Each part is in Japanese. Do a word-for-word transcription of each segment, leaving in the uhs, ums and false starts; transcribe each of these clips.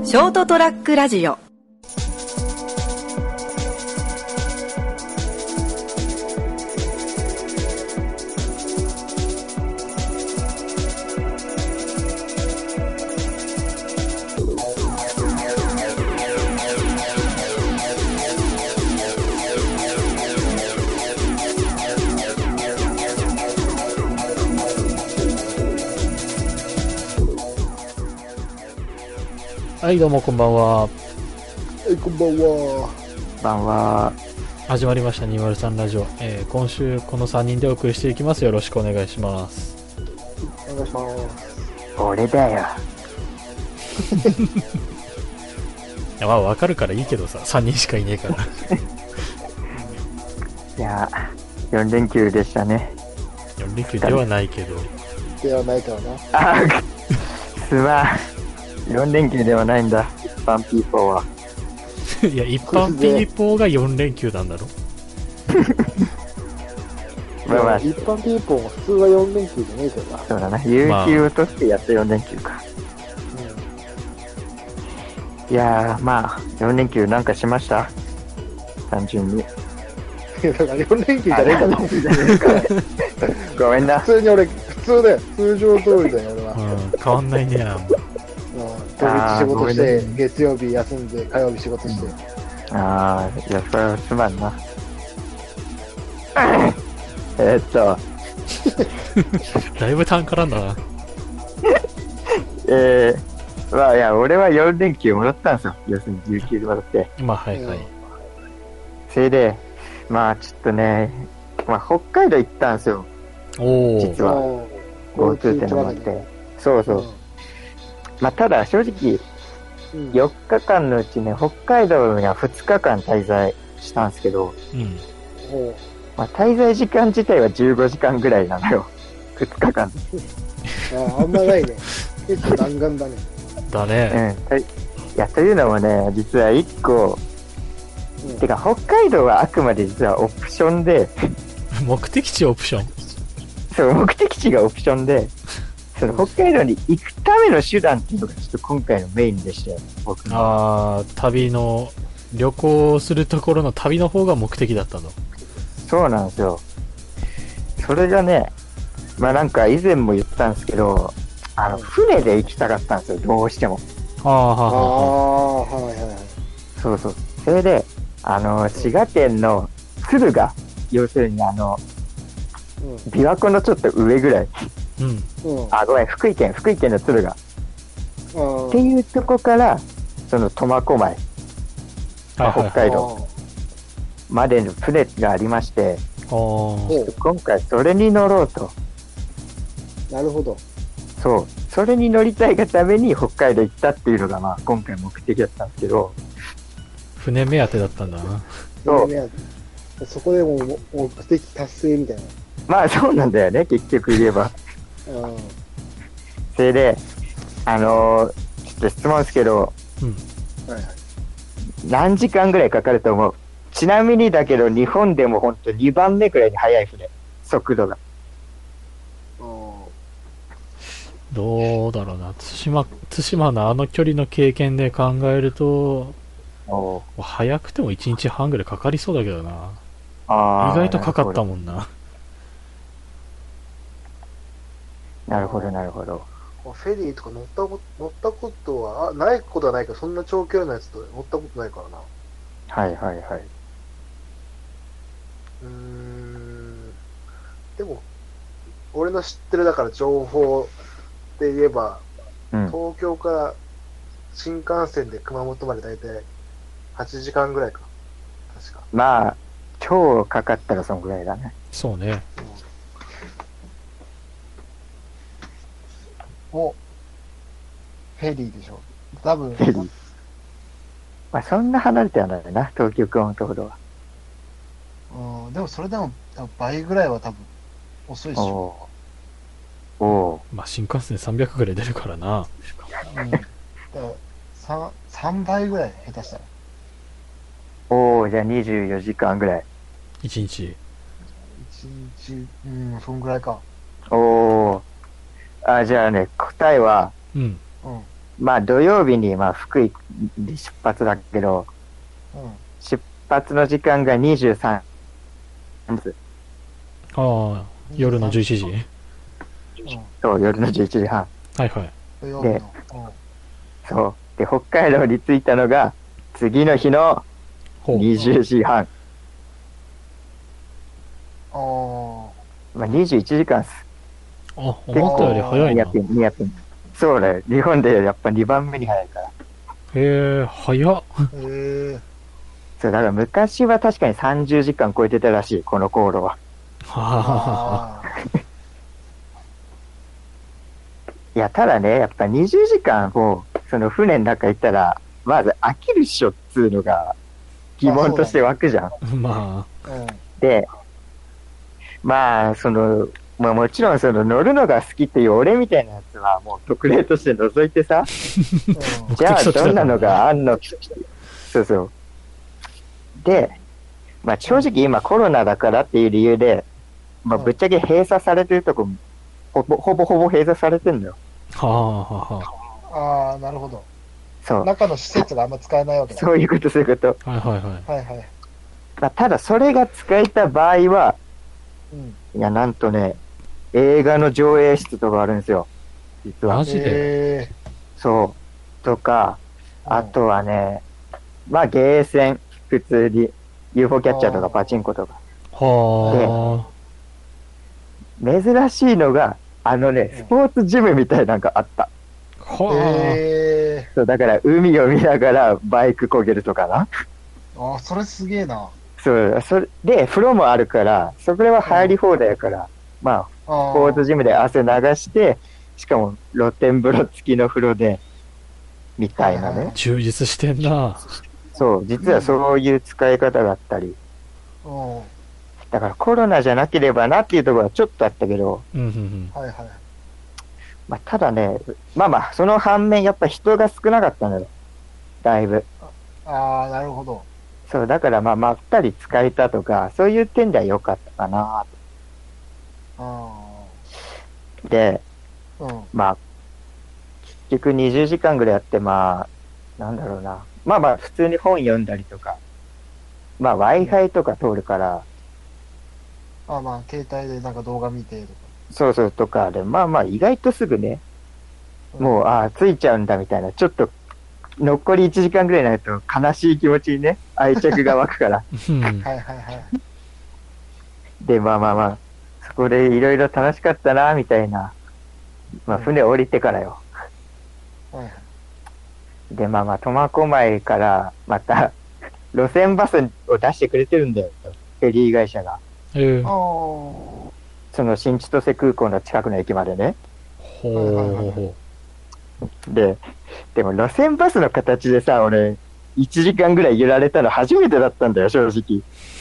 ショートトラックラジオ。 はい、どうもこんばんは。 はい、こんばんは。 こんばんは。 始まりましたにひゃくさんラジオ、えー、今週このさんにんでお送りしていきます。よろしくお願いします。 お願いします。 俺だよ。 いや、まあ分かるからいいけどさ、さんにんしかいねえから。 いや、よん連休でしたね。 よん連休ではないけど。 ではないからな。 あー、すまん。よん連休ではないんだ、一般ピーポーは。 いや、一般ピーポーがよん連休なんだろ。 まあまあ、 一般ピーポーも普通はよん連休じゃねえからな。 そうだな、有給を取ってやっとよん連休か。うん、いやー、まあ、よん連休なんかしました単純に。 いや、だからよん連休じゃねえからごめんな。 普通に俺、普通だよ。通常通りだよ、俺は。 うん、変わんないね。 土日仕事して、月曜日休んで、火曜日仕事して。 ああ、いや、それはすまんな。えーっと。 だいぶ単価なんだな。 えー、まあいや、俺はよん連休もらったんですよ。要するに有給でもらって。 まあ、はいはい。 それで、まあちょっとね、まあ北海道行ったんですよ。 おー。 実は。GoTo ってのもあって。そうそう。うん、まあただ正直、よっかかんのうちね、北海道にはふつかかん滞在したんですけど、うん、まあ滞在時間自体はじゅうごじかんぐらいなのよ。ふつかかん。 ああ、あんまないね。結構弾丸だね。 だね。 うん。いや、というのもね、実はいっこ、うん、てか北海道はあくまで実はオプションで目的地オプション。 そう、目的地がオプションで、その北海道に行くための手段っていうのがちょっと今回のメインでしたよ、僕の。 ああ、旅の旅行するところの旅の方が目的だったの。 そうなんですよ。それがね、まあなんか以前も言ったんですけど、あの船で行きたかったんですよ、どうしても。 ああ、はあ、 はいはいはい。 そうそう。それで、あの滋賀県の敦賀、要するにあの、うん、琵琶湖のちょっと上ぐらい。うん。あ、ごめん、福井県、福井県の敦賀。っていうとこから、その苫小牧、まあ、北海道までの船がありまして、今回それに乗ろうと。 なるほど。 そう。それに乗りたいがために北海道行ったっていうのが、まあ、今回目的だったんですけど。 船目当てだったんだな。 そう。そこでも目的達成みたいな。 まあ、そうなんだよね、結局言えば。それで、あのー、ちょっと質問ですけど、うんはいはい、何時間ぐらいかかると思う？ちなみにだけど、日本でも本当にばんめくらいに速い船、速度が。 どうだろうな、対馬、対馬のあの距離の経験で考えると、早くてもいちにちはんぐらいかかりそうだけどな。あ意外とかかったもんな。 なるほどなるほど。 フェリーとか乗ったこと乗ったことはあないことはないけど、そんな長距離のやつと乗ったことないからな。 はいはいはい。 うーん。でも俺の知ってるだから情報で言えば、うん、東京から新幹線で熊本までだいたいはちじかんぐらいか。確か。 まあ今日かかったらそのぐらいだね。 そうね。 おフェリーでしょ。多分。 フェリー。まあそんな離れてはないな、東京熊本ほどは。 うん、でもそれでも倍ぐらいは多分遅いでしょ。 おお。 まあ新幹線さんびゃくぐらい出るからな。 うん。だから 3, さんばいぐらい下手したら。 おお、じゃあにじゅうよじかんぐらい。 いちにち。 いちにち、うん、そんぐらいか。 おお。あ、じゃあね、答えは、 うん。 まあ土曜日にまあ福井で出発だけど、うん、出発の時間がにじゅうさんじ。 ああ、夜のじゅういちじ、うん、 そう、夜のじゅういちじはん。 はいはい。 で、うん、そう。で、北海道に着いたのが、次の日のにじゅうじはん。ああ。まあ、にじゅういちじかんっす。 あ、思ったより早いな。 ニアピン、ニアピン。そうだよ。日本でやっぱにばんめに早いから。 へえ、早っ。へえ。そう、だから昔は確かにさんじゅうじかん超えてたらしい、この航路は。はあ。いや、ただね、やっぱにじゅうじかんもう、その船の中行ったら、まず飽きるっしょっつうのが疑問として湧くじゃん。まあ。で、まあ、その、まあもちろんその乗るのが好きっていう俺みたいなやつはもう特例として除いてさ、じゃあどんなのがあんの？そうそう。で、まあ正直今コロナだからっていう理由で、まあぶっちゃけ閉鎖されてるとこ、ほぼほぼほぼ閉鎖されてんだよ。はあはあはあ。ああ、なるほど。そう。中の施設があんま使えないわけだ。 そういうこと、そういうこと。はいはいはい。はいはい。まあただそれが使えた場合は、うん、いや、なんとね、映画の上映室とかあるんですよ。実は。マジで？そう。とか、あとはね、まあゲーセン、普通に ユーフォー キャッチャーとかパチンコとか。はで、珍しいのが、あのね、スポーツジムみたいなのがあった。はあ。そう、だから海を見ながらバイク漕げるとかな。 ああ、それすげえな。 そう、それで、風呂もあるから、それは入り放題やから、まあ、スポーツジムで汗流して、しかも露天風呂付きの風呂で、みたいなね。 充実してんな。 そう、実はそういう使い方があったり。だからコロナじゃなければなっていうところはちょっとあったけど、はいはい。まあ、ただね、まあまあ、その反面、やっぱ人が少なかったのよ。だいぶ。 ああ、なるほど。 そう、だからまあ、まったり使えたとか、そういう点では良かったかなと。で、うん、まあ、結局にじゅうじかんぐらいやって、まあ、なんだろうな。まあまあ、普通に本読んだりとか、まあ、Wi-Fi とか通るから、 うん、あまあ、携帯でなんか動画見てとか。 そうそうとかで、まあまあ、意外とすぐね、もう、ああ、ついちゃうんだみたいな、ちょっと、残りいちじかんぐらいになると悲しい気持ちにね、愛着が湧くから。はいはいはい。で、まあまあまあ、そこでいろいろ楽しかったな、みたいな。まあ、船降りてからよ。はい。で、まあまあ、苫小牧から、また、路線バスを出してくれてるんだよ。フェリー会社が。へえ。その新千歳空港の近くの駅までね。ほう。で、でも路線バスの形でさ、俺、いちじかんぐらい揺られたの初めてだったんだよ、正直。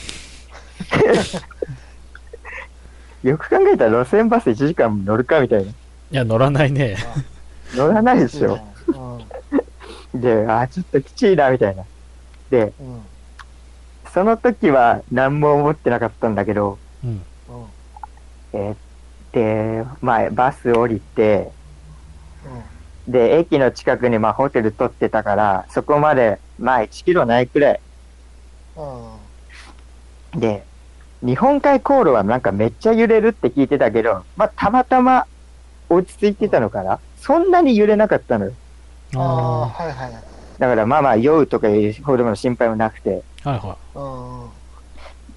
よく考えたら路線バスいちじかん乗るかみたいな。いや、乗らないね。 乗らないでしょ。うん、で、あ、ちょっときちいな、みたいな。で、うん、その時は何も思ってなかったんだけど、うん、えー、で、まあ、バス降りて、うん、で、駅の近くにまあホテル取ってたから、そこまでまあいちキロないくらい。うん、で、日本海航路はなんかめっちゃ揺れるって聞いてたけど、まあたまたま落ち着いてたのかな、そんなに揺れなかったのよ。ああ、はいはい。だからまあまあ酔うとかいうほどの心配もなくて。はいはい。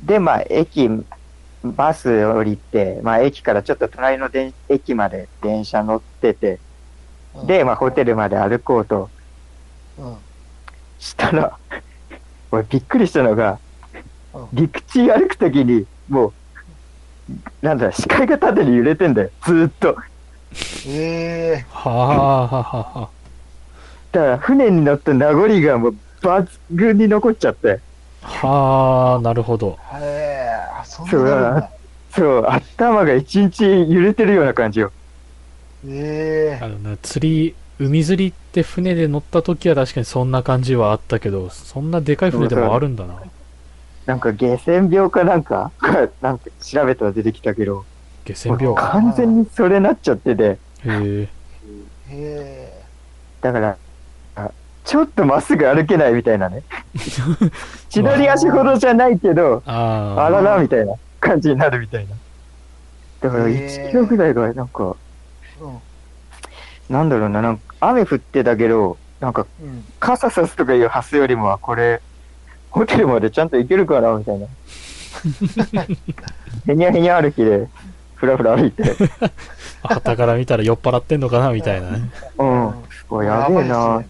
で、まあ駅、バス降りて、まあ駅からちょっと隣ので駅まで電車乗ってて、で、まあ、ホテルまで歩こうと、うん、したら、俺びっくりしたのが、うん、陸地歩くときに、もう、なんだ、視界が縦に揺れてんだよ、ずーっと。ええー。はあははは。だから、船に乗った名残がもう抜群に残っちゃって。 はあ、なるほど。へえ、あ、そんなんだ。そう、頭が一日揺れてるような感じよ。 ええー、あのね、釣り、海釣りって船で乗った時は確かにそんな感じはあったけど、そんなでかい船でもあるんだな。 なんか下船病かなんか、なんか調べたら出てきたけど、 下船病完全にそれなっちゃってて。へえ。へえ。 だから、ちょっとまっすぐ歩けないみたいなね。千鳥足ほどじゃないけど、ああららみたいな感じになるみたいな。だからいちキロぐらいがなんか、なんだろうな、なんか雨降ってたけど、なんか傘さすとかいうハスよりもはこれ、ホテルまでちゃんと行けるかなみたいな。へにゃへにゃ歩きで、ふらふら歩いて。 旗から見たら酔っ払ってんのかなみたいなね。 うん。これやべえな。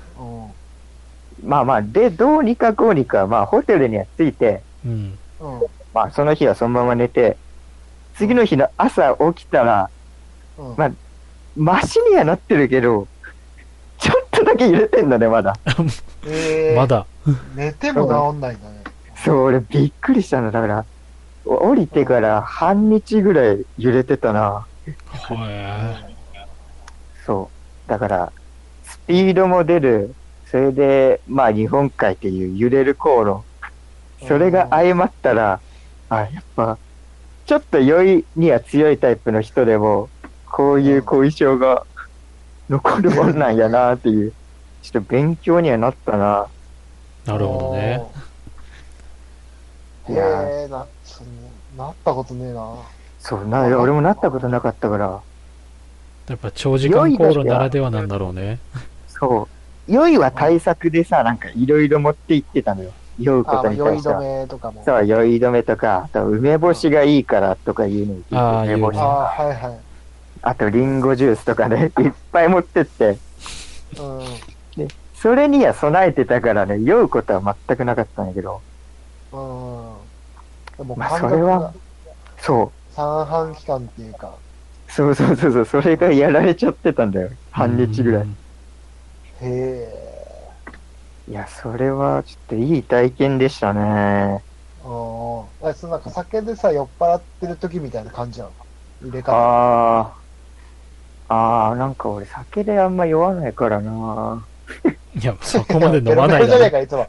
まあまあ、で、どうにかこうにか、まあ、ホテルには着いて、うん。まあ、その日はそのまま寝て、次の日の朝起きたら、うん、まあ、マシにはなってるけど、ちょっとだけ揺れてんだね、まだ。 えー、まだ。 寝ても治んないんだね。 そう、俺びっくりしたの。だから、降りてから半日ぐらい揺れてたな。そう。だから、スピードも出る。それで、まあ、日本海っていう揺れる航路。それが相まったら、あ、やっぱ、ちょっと酔いには強いタイプの人でも、こういう後遺症が残るもんなんやなっていう、ちょっと勉強にはなったな。 なるほどね。 いやー、な、その、なったことねえな。 そうな、俺もなったことなかったから。 やっぱ長時間航路ならではなんだろうね。 そう。酔いは対策でさ、なんかいろいろ持って行ってたのよ。酔うことに対しては。 酔い止めとかも。 そう、酔い止めとか、あと梅干しがいいからとかいうのを聞いて、 あ梅干し。 ああ、はいはい。 あとリンゴジュースとかね、いっぱい持ってって。うん。で、それには備えてたからね、酔うことは全くなかったんやけど。うん。でも、まあ、それは、そう。 三半期間っていうか。 そうそうそうそう、それがやられちゃってたんだよ。半日ぐらい。へえ。いや、それはちょっといい体験でしたね。ああ。そのなんか酒でさ、酔っ払ってる時みたいな感じなの？入れ方。 ああ。ああ、なんか俺酒であんま酔わないからな。 いや、そこまで飲まないだろ。いつも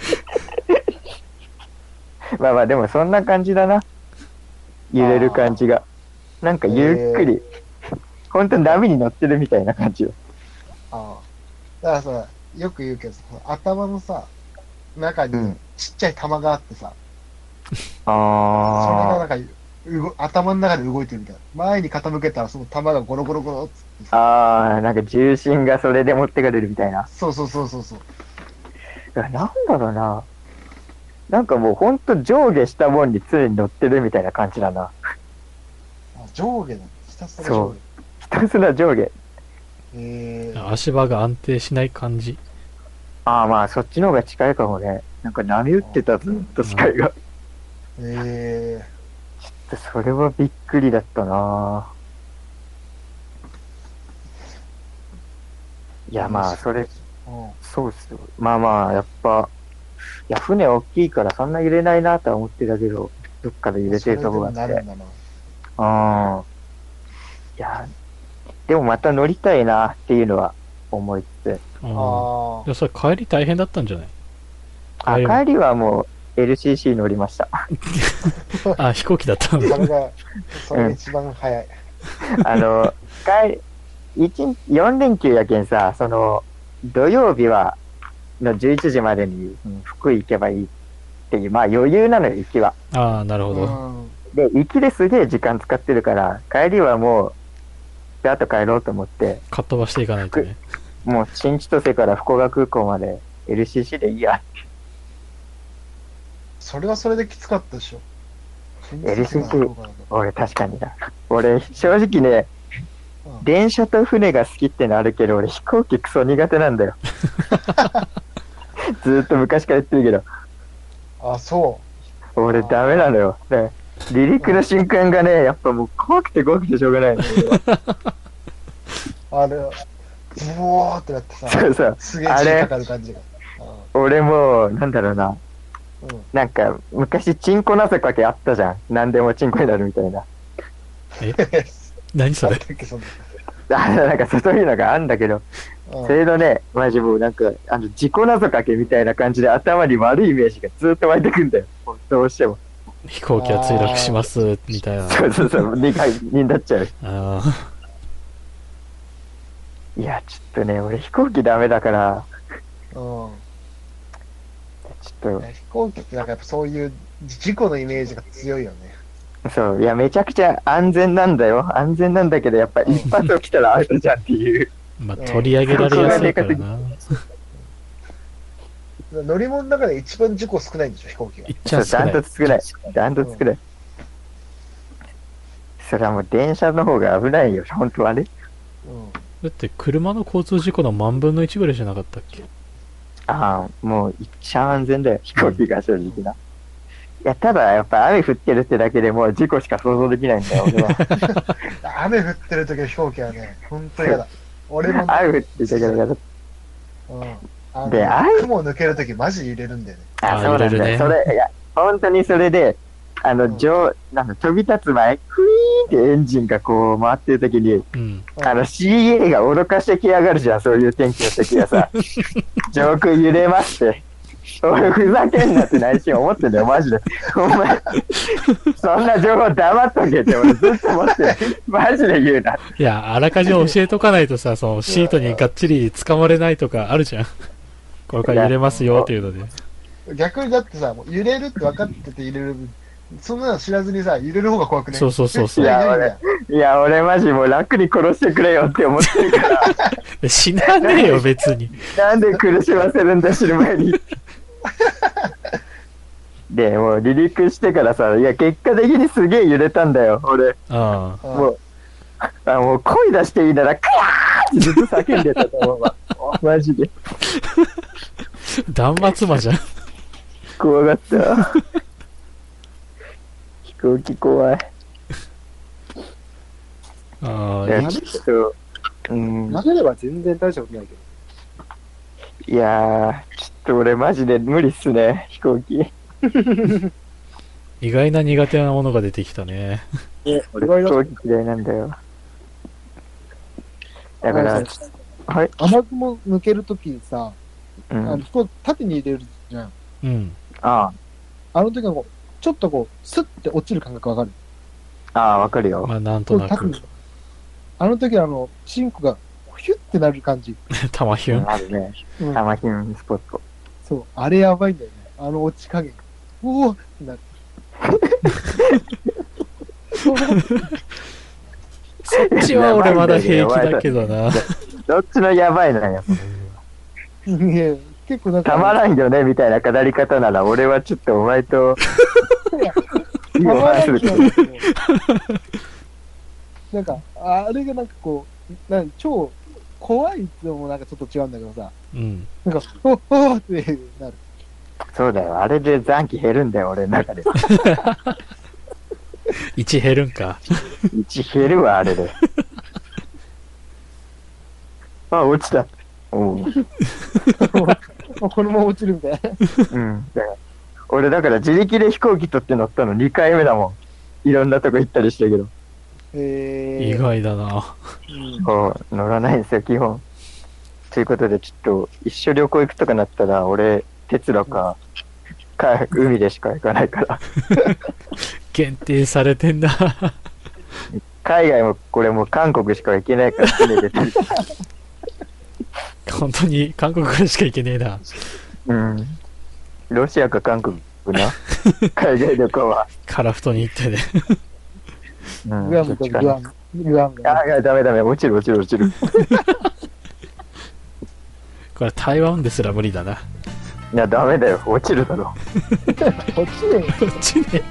まあまあ、でもそんな感じだな。揺れる感じが。なんかゆっくり。ほんと波に乗ってるみたいな感じよ。ああ。だからさ、よく言うけどさ、頭のさ、中にちっちゃい玉があってさ、うん、あそれがなんか頭の中で動いてるみたいな。前に傾けたらその玉がゴロゴロゴロっつってさ。 ああ、なんか重心がそれで持ってかれるみたいな。 そうそうそうそうそう。 なんだろうな。なんかもうほんと上下したもんに常に乗ってるみたいな感じだな。 あ、上下だ。ひたすら上下。 ひたすら上下。 えー、足場が安定しない感じ。 ああ、まあそっちの方が近いかもね。なんか波打ってたずっと視界が。ええー。それはびっくりだったな。いや、まあ、それ、そうっすよ。まあまあ、やっぱ、いや、船大きいからそんな揺れないなとは思ってたけど、どっかで揺れてるとこがあって。ああ。いや、でもまた乗りたいなっていうのは思いつつ。 ああ。いや、それ帰り大変だったんじゃない？ あ、帰りはもう エルシーシー 乗りました。 あ、飛行機だったんだ。 それが、それが一番早い。 うん、あの、帰り、よん連休やけんさ、その、土曜日は、のじゅういちじまでに、うん、福井行けばいいっていう、まあ余裕なのよ、行きは。 ああ、なるほど。 で、行きですげえ時間使ってるから、帰りはもう、で、あと帰ろうと思って。 かっ飛ばしていかないとね。 もう、新千歳から福岡空港まで エルシーシー でいいや。 それはそれできつかったでしょ。 エルシーシー、俺確かにだ。俺、正直ね、うん、電車と船が好きってのあるけど、俺飛行機クソ苦手なんだよ。ずーっと昔から言ってるけど。 あ、そう。 俺ダメなのよ。ね、離陸の瞬間がね、やっぱもう怖くて怖くてしょうがないの。 あれ、ブワーってなってさ、 そうそう。 すげえ時間かかる感じが。 俺も、なんだろうな。うん、なんか、昔、チンコなぜかけあったじゃん。何でもチンコになるみたいな。 え何それあ、なんかそういうのがあんだけど、うん、それのね、マジもうなんか、あの、自己なぞかけみたいな感じで頭に悪いイメージがずっと湧いてくんだよ。どうしても。 飛行機は墜落します、みたいな。 そうそうそう、にかいになっちゃう。あいや、ちょっとね、俺飛行機ダメだから。 うん。ちょっと。飛行機ってなんかやっぱそういう事故のイメージが強いよね。 そう、いや、めちゃくちゃ安全なんだよ。安全なんだけど、やっぱ一発起きたらアウトじゃんっていう。 まあ、取り上げられやすいからな。 乗り物の中で一番事故少ないんでしょ、飛行機が。 ダントツ少ない。ダントツ少ない。それはもう電車の方が危ないよ、本当はね。 うん、だって車の交通事故の万分の一ぐらいじゃなかったっけ？ ああ、もう一番安全だよ、飛行機が正直な。いや、ただやっぱ雨降ってるってだけでもう事故しか想像できないんだよ、俺は。 雨降ってる時の飛行機はね、本当嫌だ。俺も、ね。 雨降ってる時は嫌だ。 うん。で、雲抜ける時マジ揺れるんだよね。 あ、そうなんだよ。ね、それ、いや、本当にそれで、あの、うん、上、なんか飛び立つ前、クイーンってエンジンがこう回ってる時に、うん、あの シーエー が脅かしてきやがるじゃん、そういう天気の時はさ。上空揺れますって。俺ふざけんなって内心思ってんだよ、マジで。お前、そんな情報黙っとけって俺ずっと思ってる。マジで言うな。 いや、あらかじめ教えとかないとさ、そのシートにがっちり掴まれないとかあるじゃん。これから揺れますよっていうので。 逆にだってさ、もう揺れるって分かってて揺れる。そんなの知らずにさ、揺れる方が怖くね。 そうそうそうそう。 いや、俺、いや、俺マジもう楽に殺してくれよって思ってるから。 死なねえよ、別に。 なんで苦しませるんだ、死ぬ前に。で、もう離陸してからさ、いや、結果的にすげえ揺れたんだよ、俺。ああ。もう、あもう声出していいなら、クヤーってずっと叫んでたと思うわ。マジで。 断末魔じゃん。 怖かった。飛行機怖い。 ああ、 いや、ちょっと、うん。投げれば全然大丈夫ないけど。 いやー、ちょっと俺マジで無理っすね、飛行機。 意外な苦手なものが出てきたね。 え、俺飛行機嫌いなんだよ。だから、 はい。雨雲抜けるときさ、うん、あのこう縦に入れるじゃん。 うん。 ああ。あの時はこう、ちょっとこう、スッて落ちる感覚わかる？ ああ、わかるよ。 まあ、なんとなく。 あの時はあの、シンクが、ヒュッてなる感じ。 タマヒュン。 あるね。タマヒュンスポット。 そう、あれやばいんだよね。あの落ち加減。うおーってなる。 そっちは俺まだ平気だけどな。 どっちのやばいのよ。 結構なんか。 たまらんよね、みたいな語り方なら、俺はちょっとお前と、 たまらんけど。なんか、あれがなんかこう、なんか超怖いってのもなんかちょっと違うんだけどさ。 うん。 なんか、おっおーってなる。 そうだよ。あれで残機減るんだよ、俺の中で。 いち減るんか。 いち減るわ、あれで。あ、落ちた。おうこのまま落ちるみたいな。 うん。だから俺だから自力で飛行機取って乗ったのにかいめだもん。いろんなとこ行ったりしたけど。 へー。 意外だな。 そう、乗らないんですよ、基本。ということで、ちょっと、一緒旅行行くとかなったら、俺、鉄路か、か、海でしか行かないから。 限定されてんだ。 海外も、これもう韓国しか行けないから、船出てる。 本当に韓国しか行けねえな。 うん。ロシアか韓国な。海外旅行は。 カラフトに行ってね。 うん。グアムとグアム。グアム。あ、いや、ダメダメ。落ちる落ちる落ちる。 これ台湾ですら無理だな。 いや、ダメだよ。落ちるだろ。 落ちねえ。 落ちねえ。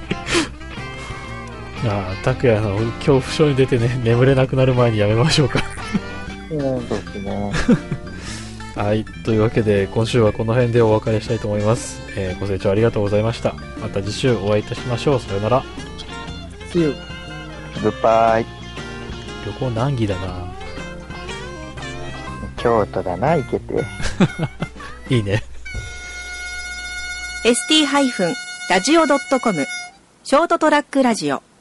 ああ、拓也の恐怖症に出てね、眠れなくなる前にやめましょうか。 うん、そうですね。 はい、というわけで今週はこの辺でお別れしたいと思います。えー、ご清聴ありがとうございました。また次週お会いいたしましょう。さよなら。 See you. Goodbye. 旅行難儀だな。 京都だな、行けて。 いいね。 エスティー ラジオ ドットコム ショートトラックラジオ